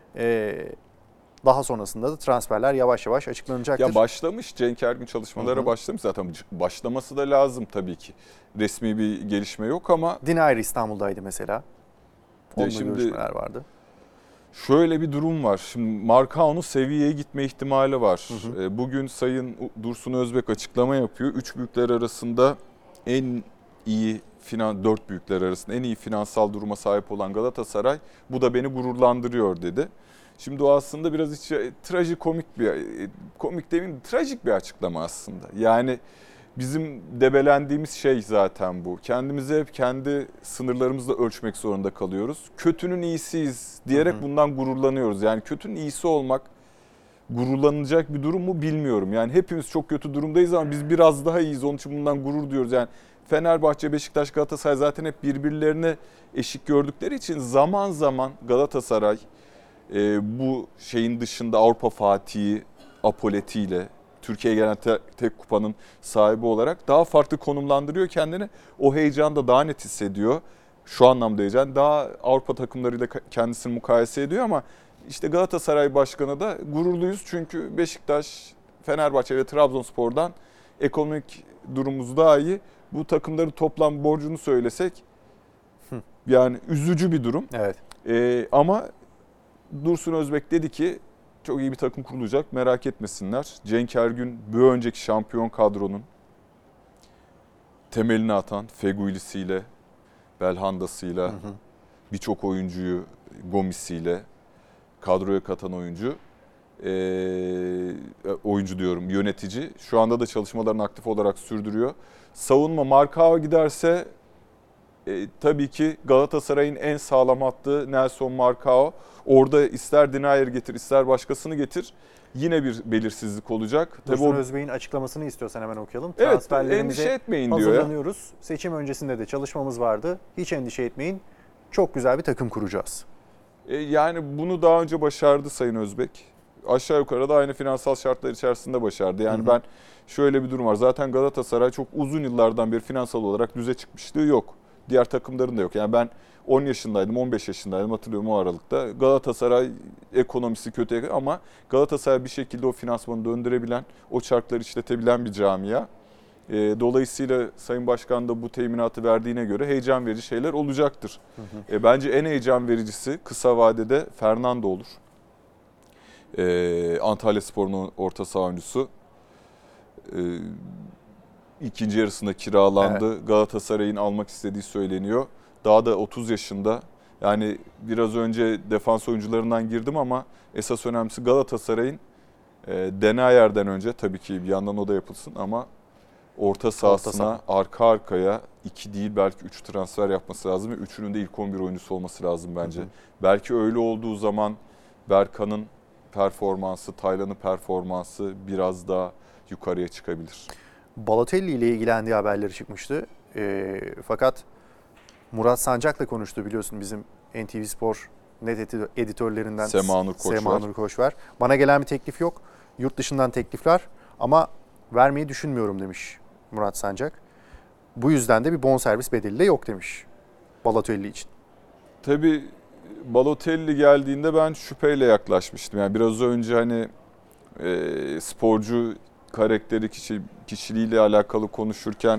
Daha sonrasında da transferler yavaş yavaş açıklanacaktır. Ya başlamış, Cenk Ergün çalışmalara başlamış zaten. Başlaması da lazım tabii ki. Resmi bir gelişme yok ama. Dinayer İstanbul'daydı mesela. Onunla görüşmeler vardı. Şöyle bir durum var. Şimdi Marcao'nun seviyeye gitme ihtimali var. Bugün Sayın Dursun Özbek açıklama yapıyor. 3 büyükler arasında en iyi 4 büyükler arasında en iyi finansal duruma sahip olan Galatasaray. Bu da beni gururlandırıyor dedi. Şimdi o aslında biraz komik demeyeyim, trajik bir açıklama aslında. Yani bizim debelendiğimiz şey zaten bu. Kendimizi hep kendi sınırlarımızla ölçmek zorunda kalıyoruz. Kötünün iyisiyiz diyerek bundan gururlanıyoruz. Yani kötünün iyisi olmak gururlanacak bir durum mu bilmiyorum. Yani hepimiz çok kötü durumdayız ama biz biraz daha iyiyiz. Onun için bundan gurur diyoruz. Yani Fenerbahçe, Beşiktaş, Galatasaray zaten hep birbirlerine eşik gördükleri için zaman zaman Galatasaray bu şeyin dışında Avrupa Fatihi apoletiyle Türkiye'ye gelen tek kupanın sahibi olarak daha farklı konumlandırıyor kendini. O heyecanı da daha net hissediyor. Şu anlamda heyecan. Daha Avrupa takımlarıyla kendisini mukayese ediyor ama işte Galatasaray Başkanı da gururluyuz. Çünkü Beşiktaş, Fenerbahçe ve Trabzonspor'dan ekonomik durumumuz daha iyi. Bu takımların toplam borcunu söylesek yani üzücü bir durum. Evet. Ama Dursun Özbek dedi ki çok iyi bir takım kurulacak, merak etmesinler. Cenk Ergün bir önceki şampiyon kadronun temelini atan Fegülisiyle, Belhanda'sıyla, birçok oyuncuyu Gomis'iyle kadroya katan oyuncu diyorum, yönetici. Şu anda da çalışmalarını aktif olarak sürdürüyor. Savunma Marcao giderse tabii ki Galatasaray'ın en sağlam hattığı Nelson Marcao. Orada ister Dinayer getir, ister başkasını getir. Yine bir belirsizlik olacak. Dursun Özbek'in açıklamasını istiyorsan hemen okuyalım. Evet, endişe etmeyin diyor ya. Hazırlanıyoruz. Seçim öncesinde de çalışmamız vardı. Hiç endişe etmeyin. Çok güzel bir takım kuracağız. Yani bunu daha önce başardı Sayın Özbek. aşağı yukarı da aynı finansal şartlar içerisinde başardı. Yani ben şöyle bir durum var. Zaten Galatasaray çok uzun yıllardan beri finansal olarak düze çıkmışlığı yok. Diğer takımların da yok. Yani ben 10 yaşındaydım, 15 yaşındaydım, hatırlıyorum o aralıkta. Galatasaray ekonomisi kötü ama Galatasaray bir şekilde o finansmanı döndürebilen, o çarkları işletebilen bir camia. Dolayısıyla Sayın Başkan da bu teminatı verdiğine göre heyecan verici şeyler olacaktır. Bence en heyecan vericisi kısa vadede Fernando olur. Antalyaspor'un orta saha oyuncusu. İkinci yarısında kiralandı. Evet. Galatasaray'ın almak istediği söyleniyor. Daha da 30 yaşında. Yani biraz önce defans oyuncularından girdim ama esas önemlisi Galatasaray'ın Denayer'den önce tabii ki bir yandan o da yapılsın ama orta sahasına arka arkaya 2 değil belki 3 transfer yapması lazım ve üçünün de ilk 11 oyuncusu olması lazım bence. Belki öyle olduğu zaman Berkan'ın performansı, Taylan'ın performansı biraz daha yukarıya çıkabilir. Balotelli ile ilgilendiği haberleri çıkmıştı. Fakat Murat Sancak'la konuştu biliyorsun bizim NTV Spor net editörlerinden Semanur Koçver. Bana gelen bir teklif yok. Yurt dışından teklifler ama vermeyi düşünmüyorum demiş Murat Sancak. Bu yüzden de bir bonservis bedeli de yok demiş Balotelli için. Tabii Balotelli geldiğinde ben şüpheyle yaklaşmıştım. Yani biraz önce hani sporcu karakteri, kişiliğiyle alakalı konuşurken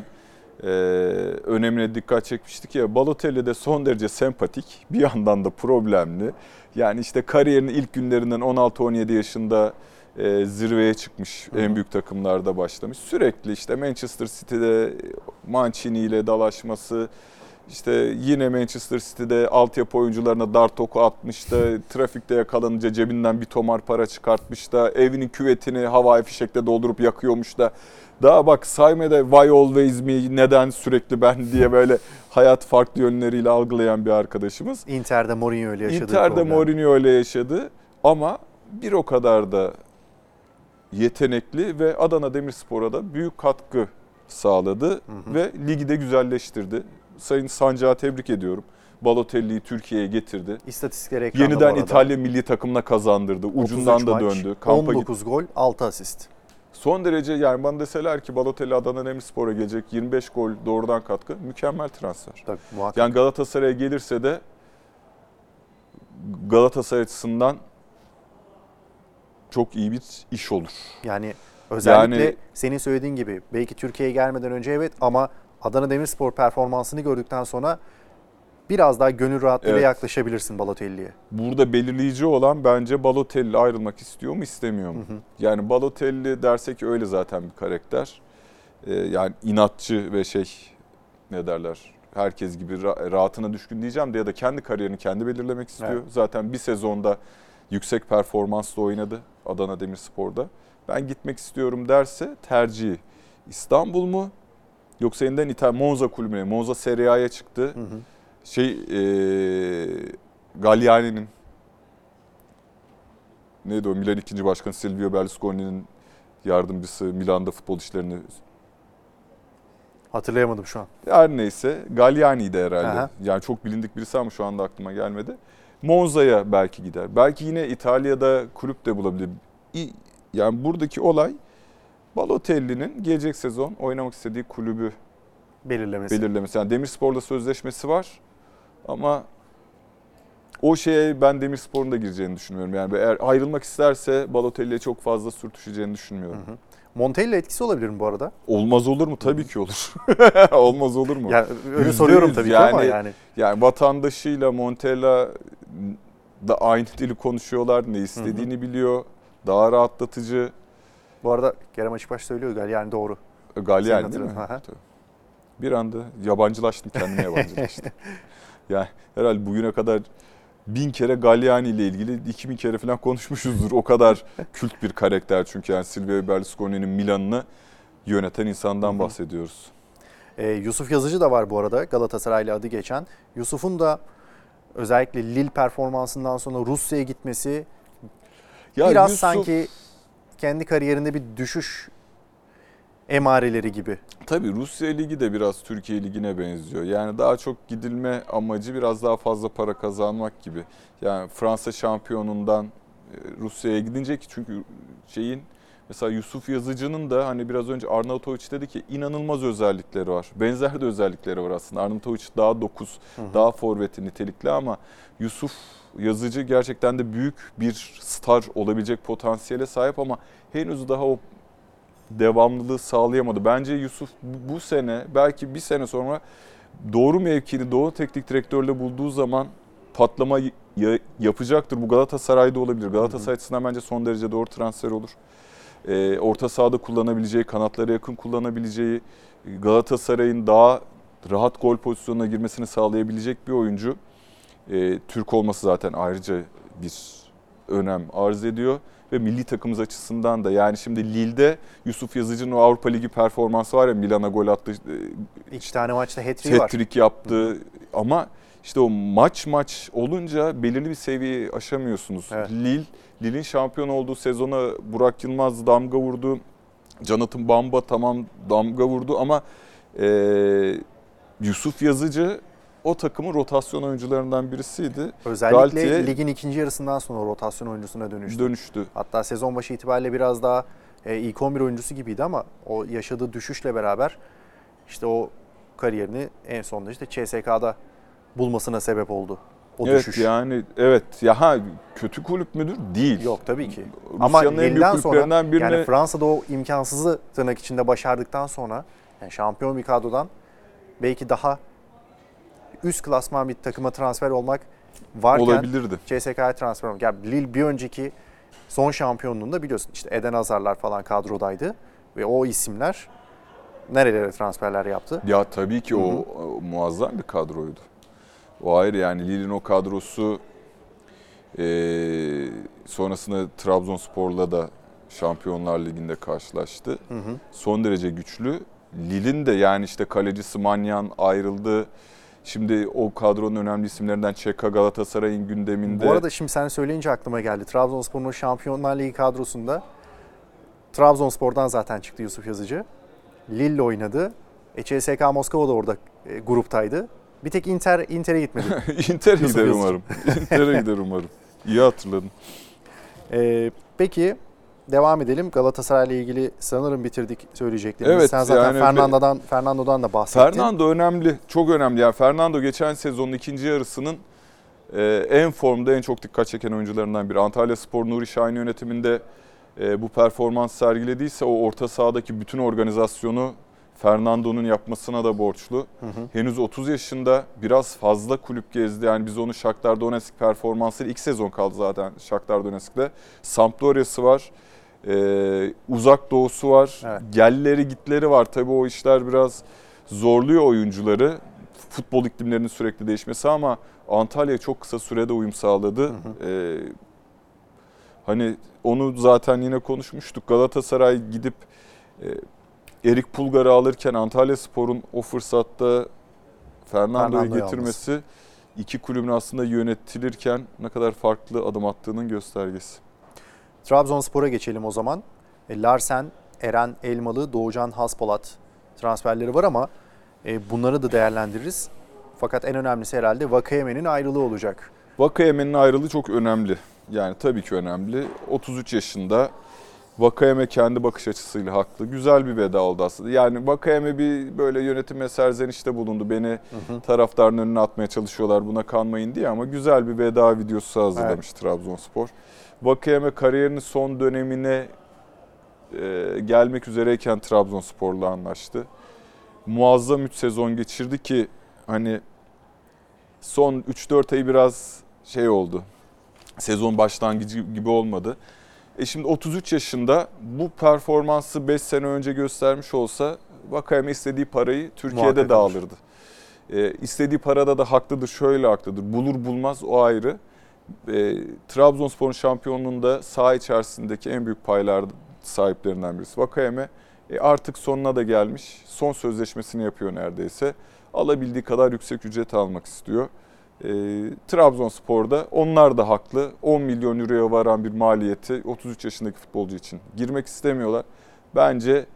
önemine dikkat çekmiştik ya. Balotelli de son derece sempatik, bir yandan da problemli. Yani işte kariyerinin ilk günlerinden 16-17 yaşında zirveye çıkmış, en büyük takımlarda başlamış. Sürekli işte Manchester City'de Mancini ile dalaşması, işte yine Manchester City'de altyapı oyuncularına dart oku atmış da trafikte yakalanınca cebinden bir tomar para çıkartmış da evinin küvetini havai fişekle doldurup yakıyormuş da daha bak saymada why always me, neden sürekli ben diye böyle hayat farklı yönleriyle algılayan bir arkadaşımız. Inter'de Mourinho ile yaşadı. Inter'de Mourinho ile yaşadı ama bir o kadar da yetenekli ve Adana Demirspor'a da büyük katkı sağladı ve ligi de güzelleştirdi. Sayın Sancak'ı tebrik ediyorum. Balotelli'yi Türkiye'ye getirdi. İstatistikleri ekranda yeniden İtalya milli takımına kazandırdı. Ucundan da döndü. 19 gol, 6 asist. Son derece yani bana deseler ki Balotelli Adana Demirspor'a gelecek 25 gol doğrudan katkı, mükemmel transfer. Tabii, muhakkak. Yani Galatasaray'a gelirse de Galatasaray açısından çok iyi bir iş olur. Yani özellikle senin söylediğin gibi belki Türkiye'ye gelmeden önce evet ama Adana Demirspor performansını gördükten sonra biraz daha gönül rahatlığıyla yaklaşabilirsin Balotelli'ye. Burada belirleyici olan bence Balotelli ayrılmak istiyor mu istemiyor mu? Yani Balotelli dersek öyle zaten bir karakter. Yani inatçı ve ne derler herkes gibi rahatına düşkün diyeceğim de ya da kendi kariyerini kendi belirlemek istiyor. Evet. Zaten bir sezonda yüksek performansla oynadı Adana Demirspor'da. Ben gitmek istiyorum derse tercihi İstanbul mu? Yoksa yeniden Monza kulübüne, Monza Serie A'ya çıktı. Galliani'nin neydi o Milan 2. Başkanı Silvio Berlusconi'nin yardımcısı, Milan'da futbol işlerini hatırlayamadım şu an. Her neyse Galliani'ydi herhalde. Aha. Yani çok bilindik birisi ama şu anda aklıma gelmedi. Monza'ya belki gider. Belki yine İtalya'da kulüp de bulabilir. Yani buradaki olay Balotelli'nin gelecek sezon oynamak istediği kulübü belirlemesi. Yani Demirspor'la sözleşmesi var ama o şeye ben Demirspor'un da gireceğini düşünmüyorum. Yani eğer ayrılmak isterse Balotelli'ye çok fazla sürtüşeceğini düşünmüyorum. Montella etkisi olabilir mi bu arada? Olmaz olur mu? Tabii ki olur. Olmaz olur mu? Yani öyle soruyorum tabii ki ama yani. Yani vatandaşıyla Montella da aynı dili konuşuyorlar. Ne istediğini biliyor. Daha rahatlatıcı. Bu arada Kerem Açıkbaş söylüyor Galliani doğru. Galliani değil mi? Bir anda yabancılaştım, kendime yabancılaştım. Yani herhalde bugüne kadar 1000 kere Galliani ile ilgili 2000 kere falan konuşmuşuzdur. O kadar kült bir karakter çünkü yani Silvio Berlusconi'nin Milan'ını yöneten insandan bahsediyoruz. Yusuf Yazıcı da var bu arada Galatasaray'la adı geçen. Yusuf'un da özellikle Lille performansından sonra Rusya'ya gitmesi biraz sanki kendi kariyerinde bir düşüş emareleri gibi. Tabii Rusya Ligi de biraz Türkiye Ligi'ne benziyor. Yani daha çok gidilme amacı biraz daha fazla para kazanmak gibi. Yani Fransa şampiyonundan Rusya'ya gidince ki çünkü mesela Yusuf Yazıcı'nın da hani biraz önce Arnautovic dedi ki inanılmaz özellikleri var. Benzer de özellikleri var aslında. Arnautovic daha 9, daha forveti nitelikli ama Yusuf Yazıcı gerçekten de büyük bir star olabilecek potansiyele sahip ama henüz daha o devamlılığı sağlayamadı. Bence Yusuf bu sene belki bir sene sonra doğru mevkini doğru teknik direktörle bulduğu zaman patlama yapacaktır. Bu Galatasaray'da olabilir. Galatasaray açısından bence son derece doğru transfer olur. Orta sahada kullanabileceği, kanatlara yakın kullanabileceği, Galatasaray'ın daha rahat gol pozisyonuna girmesini sağlayabilecek bir oyuncu. Türk olması zaten ayrıca bir önem arz ediyor. Ve milli takımımız açısından da yani şimdi Lille'de Yusuf Yazıcı'nın o Avrupa Ligi performansı var ya, Milan'a gol attı. 2 tane maçta hat-trick var. Hat-trick yaptı ama işte o maç olunca belirli bir seviyeyi aşamıyorsunuz. Evet. Lille'in şampiyon olduğu sezona Burak Yılmaz damga vurdu. Jonathan Bamba tamam damga vurdu ama Yusuf Yazıcı o takımın rotasyon oyuncularından birisiydi. Özellikle ligin ikinci yarısından sonra rotasyon oyuncusuna dönüştü. Hatta sezon başı itibariyle biraz daha ilk 11 oyuncusu gibiydi ama o yaşadığı düşüşle beraber işte o kariyerini en sonunda işte CSK'da bulmasına sebep oldu. O düşüş. Ya kötü kulüp müdür? Değil. Yok tabii ki. Ama Lille'den sonra birine... yani Fransa'da o imkansızı tırnak içinde başardıktan sonra yani şampiyon bir kadrodan belki daha üst klasman bir takıma transfer olmak varken olabilirdi. CSK'ya transfer olmak. Yani Lille bir önceki son şampiyonluğunda biliyorsun işte Eden Hazarlar falan kadrodaydı ve o isimler nerelere transferler yaptı? Ya tabii ki o muazzam bir kadroydu. O ayrı yani Lille'in o kadrosu sonrasında Trabzonspor'la da Şampiyonlar Ligi'nde karşılaştı. Son derece güçlü. Lille'in de yani işte kalecisi Manyan ayrıldı. Şimdi o kadronun önemli isimlerinden Çeka Galatasaray'ın gündeminde. Bu arada şimdi sen söyleyince aklıma geldi. Trabzonspor'un Şampiyonlar Ligi kadrosunda Trabzonspor'dan zaten çıktı Yusuf Yazıcı. Lille oynadı. CSKA Moskova da orada gruptaydı. Bir tek Inter'e gitmedi. Inter'e gider umarım. Inter'e gider umarım. İyi hatırladın. Peki devam edelim. Galatasaray'la ilgili sanırım bitirdik söyleyeceklerimizi. Evet, sen zaten yani Fernando'dan da bahsettin. Fernando önemli. Çok önemli. Yani Fernando geçen sezonun ikinci yarısının en formda, en çok dikkat çeken oyuncularından biri. Antalyaspor Nuri Şahin yönetiminde bu performans sergilediyse o orta sahadaki bütün organizasyonu Fernando'nun yapmasına da borçlu. Henüz 30 yaşında, biraz fazla kulüp gezdi. Yani biz onu Shakhtar Donetsk performansıyla ilk sezon kaldı zaten Shakhtar Donetsk'te. Sampdoria'sı var. Uzak doğusu var. Evet. Gelleri gitleri var. Tabii o işler biraz zorluyor oyuncuları. Futbol iklimlerinin sürekli değişmesi ama Antalya çok kısa sürede uyum sağladı. Hani onu zaten yine konuşmuştuk. Galatasaray gidip Erik Pulgar'ı alırken Antalyaspor'un o fırsatta Fernando'yu getirmesi yalnız. İki kulübün aslında yönetilirken ne kadar farklı adım attığının göstergesi. Trabzonspor'a geçelim o zaman. Larsen, Eren Elmalı, Doğucan Haspolat transferleri var ama bunları da değerlendiririz. Fakat en önemlisi herhalde Vakayeme'nin ayrılığı olacak. Vakayeme'nin ayrılığı çok önemli. Yani tabii ki önemli. 33 yaşında. Vakayeme kendi bakış açısıyla haklı. Güzel bir veda oldu aslında. Yani Vakayeme bir böyle yönetime serzenişte bulundu. Beni taraftarın önüne atmaya çalışıyorlar, buna kanmayın diye ama güzel bir veda videosu hazırlamış Trabzonspor. Vakayeme kariyerinin son dönemine gelmek üzereyken Trabzonspor'la anlaştı. Muazzam 3 sezon geçirdi ki hani son 3-4 ayı biraz oldu. Sezon başlangıcı gibi olmadı. Şimdi 33 yaşında bu performansı 5 sene önce göstermiş olsa Vakayeme istediği parayı Türkiye'de de alırdı. İstediği parada da haklıdır, şöyle haklıdır. Bulur bulmaz o ayrı. Trabzonspor'un şampiyonluğunda saha içerisindeki en büyük paylar sahiplerinden birisi. Vakayeme artık sonuna da gelmiş. Son sözleşmesini yapıyor neredeyse. Alabildiği kadar yüksek ücret almak istiyor. Trabzonspor'da onlar da haklı. 10 milyon euroya varan bir maliyeti 33 yaşındaki futbolcu için girmek istemiyorlar. Bence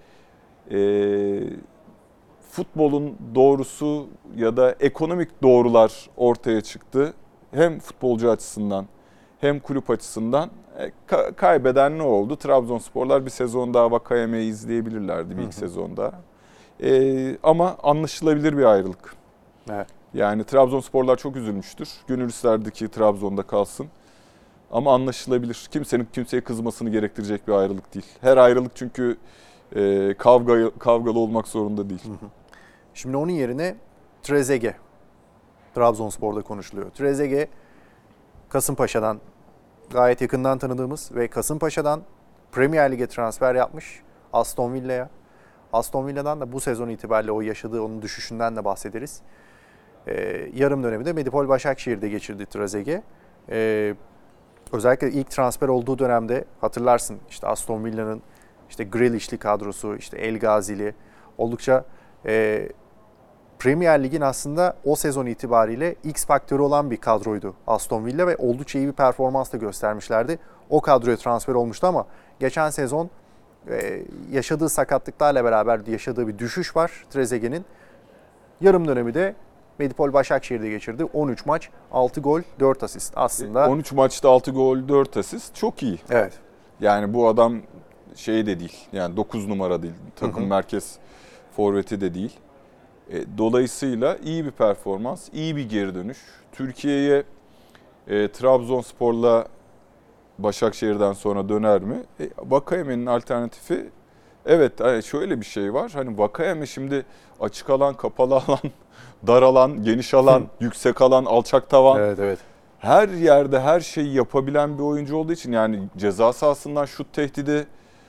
futbolun doğrusu ya da ekonomik doğrular ortaya çıktı. Hem futbolcu açısından hem kulüp açısından kaybeden ne oldu? Trabzonsporlar bir sezon daha Vakayeme'yi izleyebilirlerdi bir ilk sezonda. Ama anlaşılabilir bir ayrılık. Evet. Yani Trabzonsporlar çok üzülmüştür. Gönül isterdi ki Trabzon'da kalsın. Ama anlaşılabilir. Kimsenin kimseye kızmasını gerektirecek bir ayrılık değil. Her ayrılık çünkü kavgalı olmak zorunda değil. Şimdi onun yerine Trezeguet Trabzonspor'da konuşuluyor. Trezeguet Kasımpaşa'dan gayet yakından tanıdığımız ve Kasımpaşa'dan Premier Lig'e transfer yapmış Aston Villa'ya. Aston Villa'dan da bu sezon itibariyle o yaşadığı onun düşüşünden de bahsederiz. Yarım dönemi de Medipol Başakşehir'de geçirdi Trezeguet. Özellikle ilk transfer olduğu dönemde hatırlarsın işte Aston Villa'nın işte Grealish'li kadrosu, işte El Ghazi'li oldukça Premier Lig'in aslında o sezon itibariyle X faktörü olan bir kadroydu Aston Villa ve oldukça iyi bir performans da göstermişlerdi. O kadroya transfer olmuştu ama geçen sezon yaşadığı sakatlıklarla beraber yaşadığı bir düşüş var Trezeguet'in. Yarım dönemi de Medipol Başakşehir'de geçirdi. 13 maç, 6 gol, 4 asist. Aslında 13 maçta 6 gol, 4 asist çok iyi. evet. Yani bu adam şey de değil. Yani 9 numara değil. Takım merkez forveti de değil. Dolayısıyla iyi bir performans, iyi bir geri dönüş. Türkiye'ye Trabzonspor'la Başakşehir'den sonra döner mi? Vakayeme'nin alternatifi evet şöyle bir şey var. Hani Vakayeme şimdi açık alan, kapalı alan, dar alan, geniş alan, yüksek alan, alçak tavan. Evet. Her yerde her şeyi yapabilen bir oyuncu olduğu için yani ceza sahasından şut tehdidi,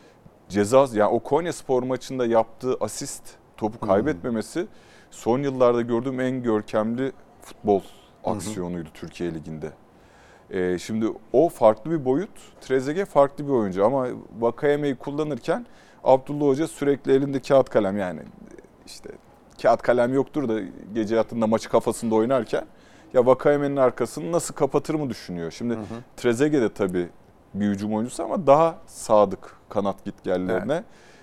yani o Konyaspor maçında yaptığı asist, topu kaybetmemesi son yıllarda gördüğüm en görkemli futbol aksiyonuydu Türkiye Ligi'nde. Şimdi o farklı bir boyut, Trezeguet farklı bir oyuncu ama Vakayeme'yi kullanırken Abdullah Hoca sürekli elinde kağıt kalem yani işte kağıt kalem yoktur da gece yatında maçı kafasında oynarken ya Vakayeme'nin arkasını nasıl kapatır mı düşünüyor. Şimdi Trezeguet de tabii bir hücum oyuncusu ama daha sadık kanat gitgellerine.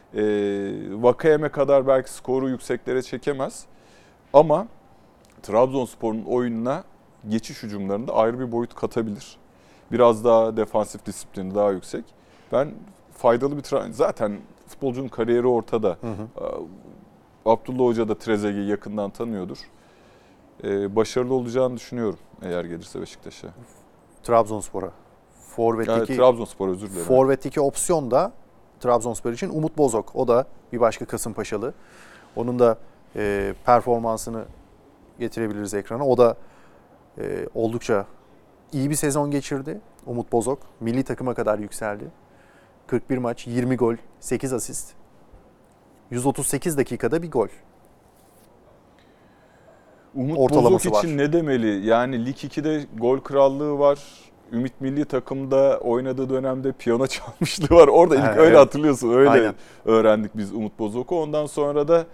Vakayeme kadar belki skoru yükseklere çekemez ama Trabzonspor'un oyununa geçiş hücumlarında ayrı bir boyut katabilir. Biraz daha defansif disiplini daha yüksek. Ben faydalı zaten futbolcunun kariyeri ortada. Abdullah Hoca da Trezeguet'i yakından tanıyordur. Başarılı olacağını düşünüyorum eğer gelirse Beşiktaş'a. Trabzonspor'a. Trabzonspor özür dilerim. Forvet'teki opsiyon da Trabzonspor için Umut Bozok. O da bir başka Kasımpaşalı. Onun da performansını getirebiliriz ekrana. O da oldukça iyi bir sezon geçirdi Umut Bozok. Milli takıma kadar yükseldi. 41 maç, 20 gol, 8 asist. 138 dakikada bir gol. Umut Ortalaması Bozok için var. ne demeli? Yani Lig 2'de gol krallığı var. Ümit milli takımda oynadığı dönemde piyano çalmışlığı var. Orada ilk öyle hatırlıyorsun. Öyle aynen öğrendik biz Umut Bozok'u. Ondan sonra da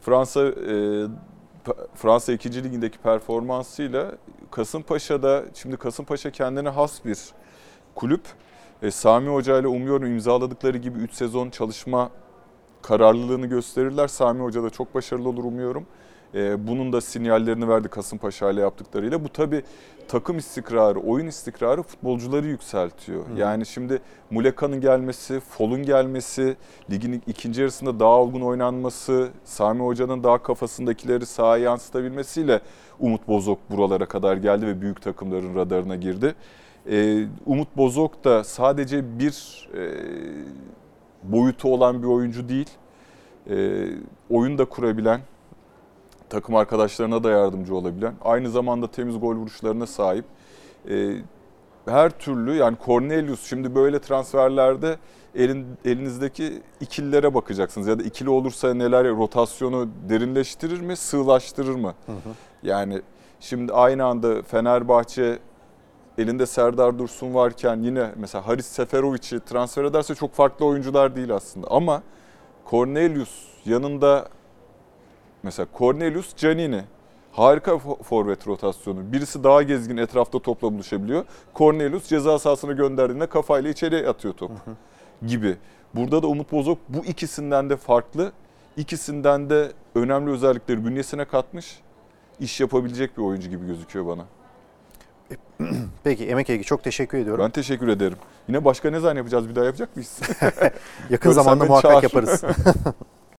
Fransa 2. Ligi'ndeki performansıyla Kasımpaşa'da, şimdi Kasımpaşa kendine has bir kulüp. Sami Hoca ile umuyorum imzaladıkları gibi 3 sezon çalışma kararlılığını gösterirler. Sami Hoca da çok başarılı olur umuyorum. Bunun da sinyallerini verdi Kasımpaşa ile yaptıklarıyla. Bu tabii takım istikrarı, oyun istikrarı futbolcuları yükseltiyor. Yani şimdi Muleka'nın gelmesi, Fol'un gelmesi, ligin ikinci yarısında daha olgun oynanması, Sami Hoca'nın daha kafasındakileri sahaya yansıtabilmesiyle Umut Bozok buralara kadar geldi ve büyük takımların radarına girdi. Umut Bozok da sadece bir boyutu olan bir oyuncu değil, oyun da kurabilen, takım arkadaşlarına da yardımcı olabilen, aynı zamanda temiz gol vuruşlarına sahip. Her türlü yani Cornelius, şimdi böyle transferlerde elinizdeki ikililere bakacaksınız. Ya da ikili olursa neler, rotasyonu derinleştirir mi, sığlaştırır mı? Yani şimdi aynı anda Fenerbahçe elinde Serdar Dursun varken yine mesela Haris Seferovic'i transfer ederse çok farklı oyuncular değil aslında. Ama Cornelius yanında mesela Cornelius, Canini. Harika forvet rotasyonu. Birisi daha gezgin, etrafta topla buluşabiliyor. Cornelius ceza sahasına gönderdiğinde kafayla içeri atıyor topu gibi. Burada da Umut Bozok bu ikisinden de farklı. İkisinden de önemli özellikleri bünyesine katmış. İş yapabilecek bir oyuncu gibi gözüküyor bana. Peki Emek Egi, çok teşekkür ediyorum. Ben teşekkür ederim. Yine başka ne zaman yapacağız? Bir daha yapacak mıyız? Yakın zamanda Görsen beni muhakkak çağır. yaparız.